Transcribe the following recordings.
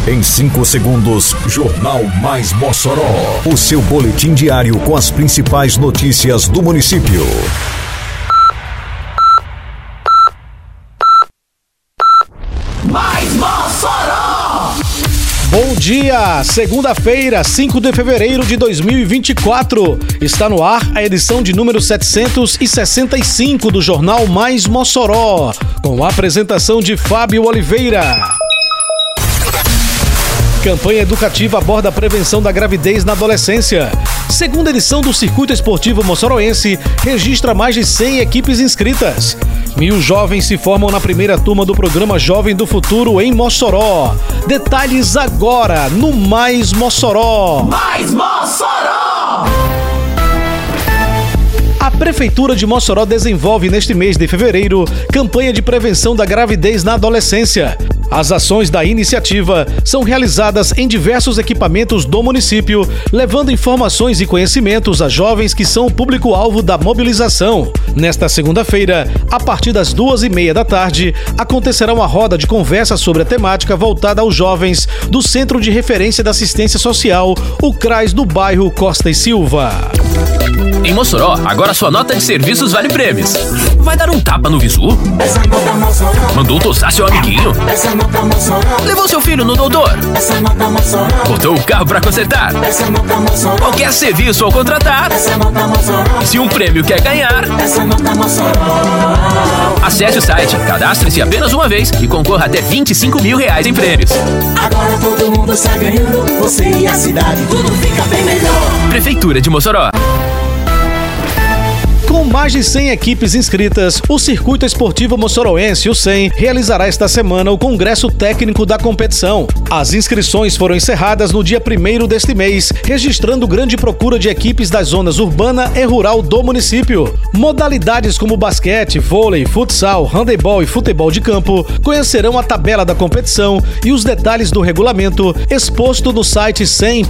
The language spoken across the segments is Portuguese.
Em 5 segundos, Jornal Mais Mossoró. O seu boletim diário com as principais notícias do município. Mais Mossoró! Bom dia! Segunda-feira, 5 de fevereiro de 2024. Está no ar a edição de número 765 do Jornal Mais Mossoró, com a apresentação de Fábio Oliveira. Campanha educativa aborda a prevenção da gravidez na adolescência. Segunda edição do Circuito Esportivo Mossoroense registra mais de 100 equipes inscritas. 1000 jovens se formam na primeira turma do programa Jovem do Futuro em Mossoró. Detalhes agora no Mais Mossoró. Mais Mossoró! A Prefeitura de Mossoró desenvolve neste mês de fevereiro campanha de prevenção da gravidez na adolescência. As ações da iniciativa são realizadas em diversos equipamentos do município, levando informações e conhecimentos a jovens que são o público-alvo da mobilização. Nesta segunda-feira, a partir das 2h30 da tarde, acontecerá uma roda de conversa sobre a temática voltada aos jovens do Centro de Referência da Assistência Social, o CRAS do bairro Costa e Silva. Em Mossoró, agora sua nota de serviços vale prêmios. Vai dar um tapa no visu? Mandou tosar seu amiguinho? Levou seu filho no doutor? Botou o carro pra consertar? Qualquer serviço ao contratar? E se um prêmio quer ganhar? Acesse o site, cadastre-se apenas uma vez e concorra até R$25 mil em prêmios. Agora todo mundo está ganhando, você e a cidade, tudo fica bem melhor. Prefeitura de Mossoró. Com mais de 100 equipes inscritas, o Circuito Esportivo Mossoroense, o CEM, realizará esta semana o Congresso Técnico da competição. As inscrições foram encerradas no dia 1º deste mês, registrando grande procura de equipes das zonas urbana e rural do município. Modalidades como basquete, vôlei, futsal, handebol e futebol de campo conhecerão a tabela da competição e os detalhes do regulamento exposto no site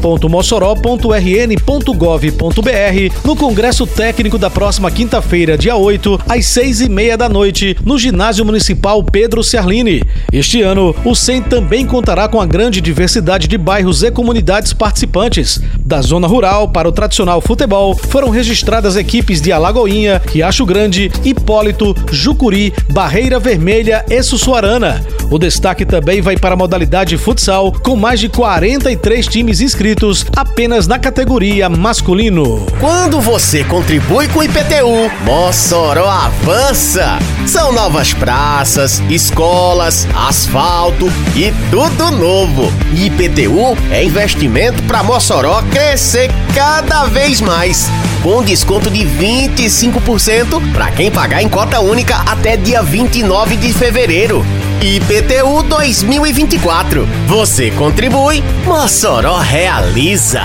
cem.mossoró.rn.gov.br no Congresso Técnico da próxima quinta-feira, dia 8, às 6h30 da noite, no Ginásio Municipal Pedro Ciarline. Este ano, o CEM também contará com a grande diversidade de bairros e comunidades participantes. Da zona rural para o tradicional futebol, foram registradas equipes de Alagoinha, Riacho Grande, Hipólito, Jucuri, Barreira Vermelha e Sussuarana. O destaque também vai para a modalidade futsal, com mais de 43 times inscritos apenas na categoria masculino. Quando você contribui com o IPTU, Mossoró avança. São novas praças, escolas, asfalto e tudo novo. IPTU é investimento para Mossoró crescer cada vez mais, com desconto de 25% para quem pagar em cota única até dia 29 de fevereiro. IPTU 2024. Você contribui, Mossoró realiza.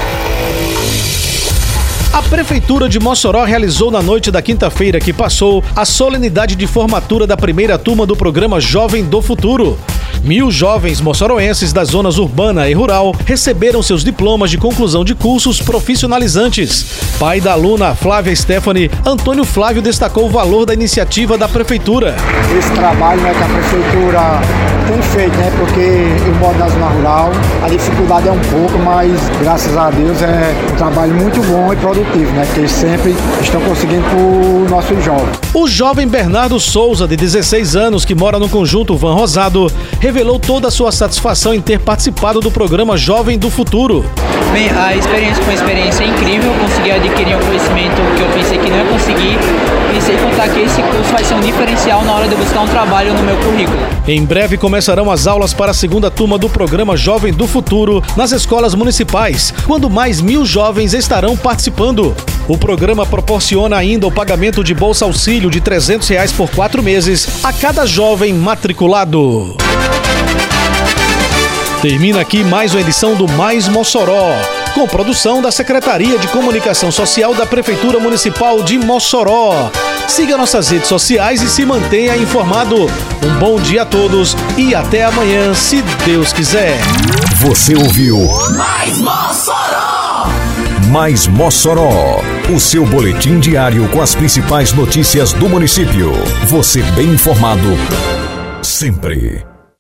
A Prefeitura de Mossoró realizou na noite da quinta-feira que passou a solenidade de formatura da primeira turma do programa Jovem do Futuro. 1000 jovens mossoroenses das zonas urbana e rural receberam seus diplomas de conclusão de cursos profissionalizantes. Pai da aluna Flávia Stephanie, Antônio Flávio destacou o valor da iniciativa da Prefeitura. Esse trabalho que a Prefeitura tem feito, porque eu moro na zona rural, a dificuldade é um pouco, mas graças a Deus é um trabalho muito bom e produtivo, que eles sempre estão conseguindo para o nosso jovem. O jovem Bernardo Souza, de 16 anos, que mora no conjunto Van Rosado, revelou toda a sua satisfação em ter participado do programa Jovem do Futuro. Bem, a experiência foi uma experiência incrível, consegui adquirir um conhecimento que eu pensei que não ia conseguir e sem contar que esse curso vai ser um diferencial na hora de buscar um trabalho no meu currículo. Em breve começarão as aulas para a segunda turma do programa Jovem do Futuro nas escolas municipais, quando mais 1000 jovens estarão participando. O programa proporciona ainda o pagamento de bolsa auxílio de R$300 por 4 meses a cada jovem matriculado. Termina aqui mais uma edição do Mais Mossoró, com produção da Secretaria de Comunicação Social da Prefeitura Municipal de Mossoró. Siga nossas redes sociais e se mantenha informado. Um bom dia a todos e até amanhã, se Deus quiser. Você ouviu Mais Mossoró! Mais Mossoró, o seu boletim diário com as principais notícias do município. Você bem informado sempre.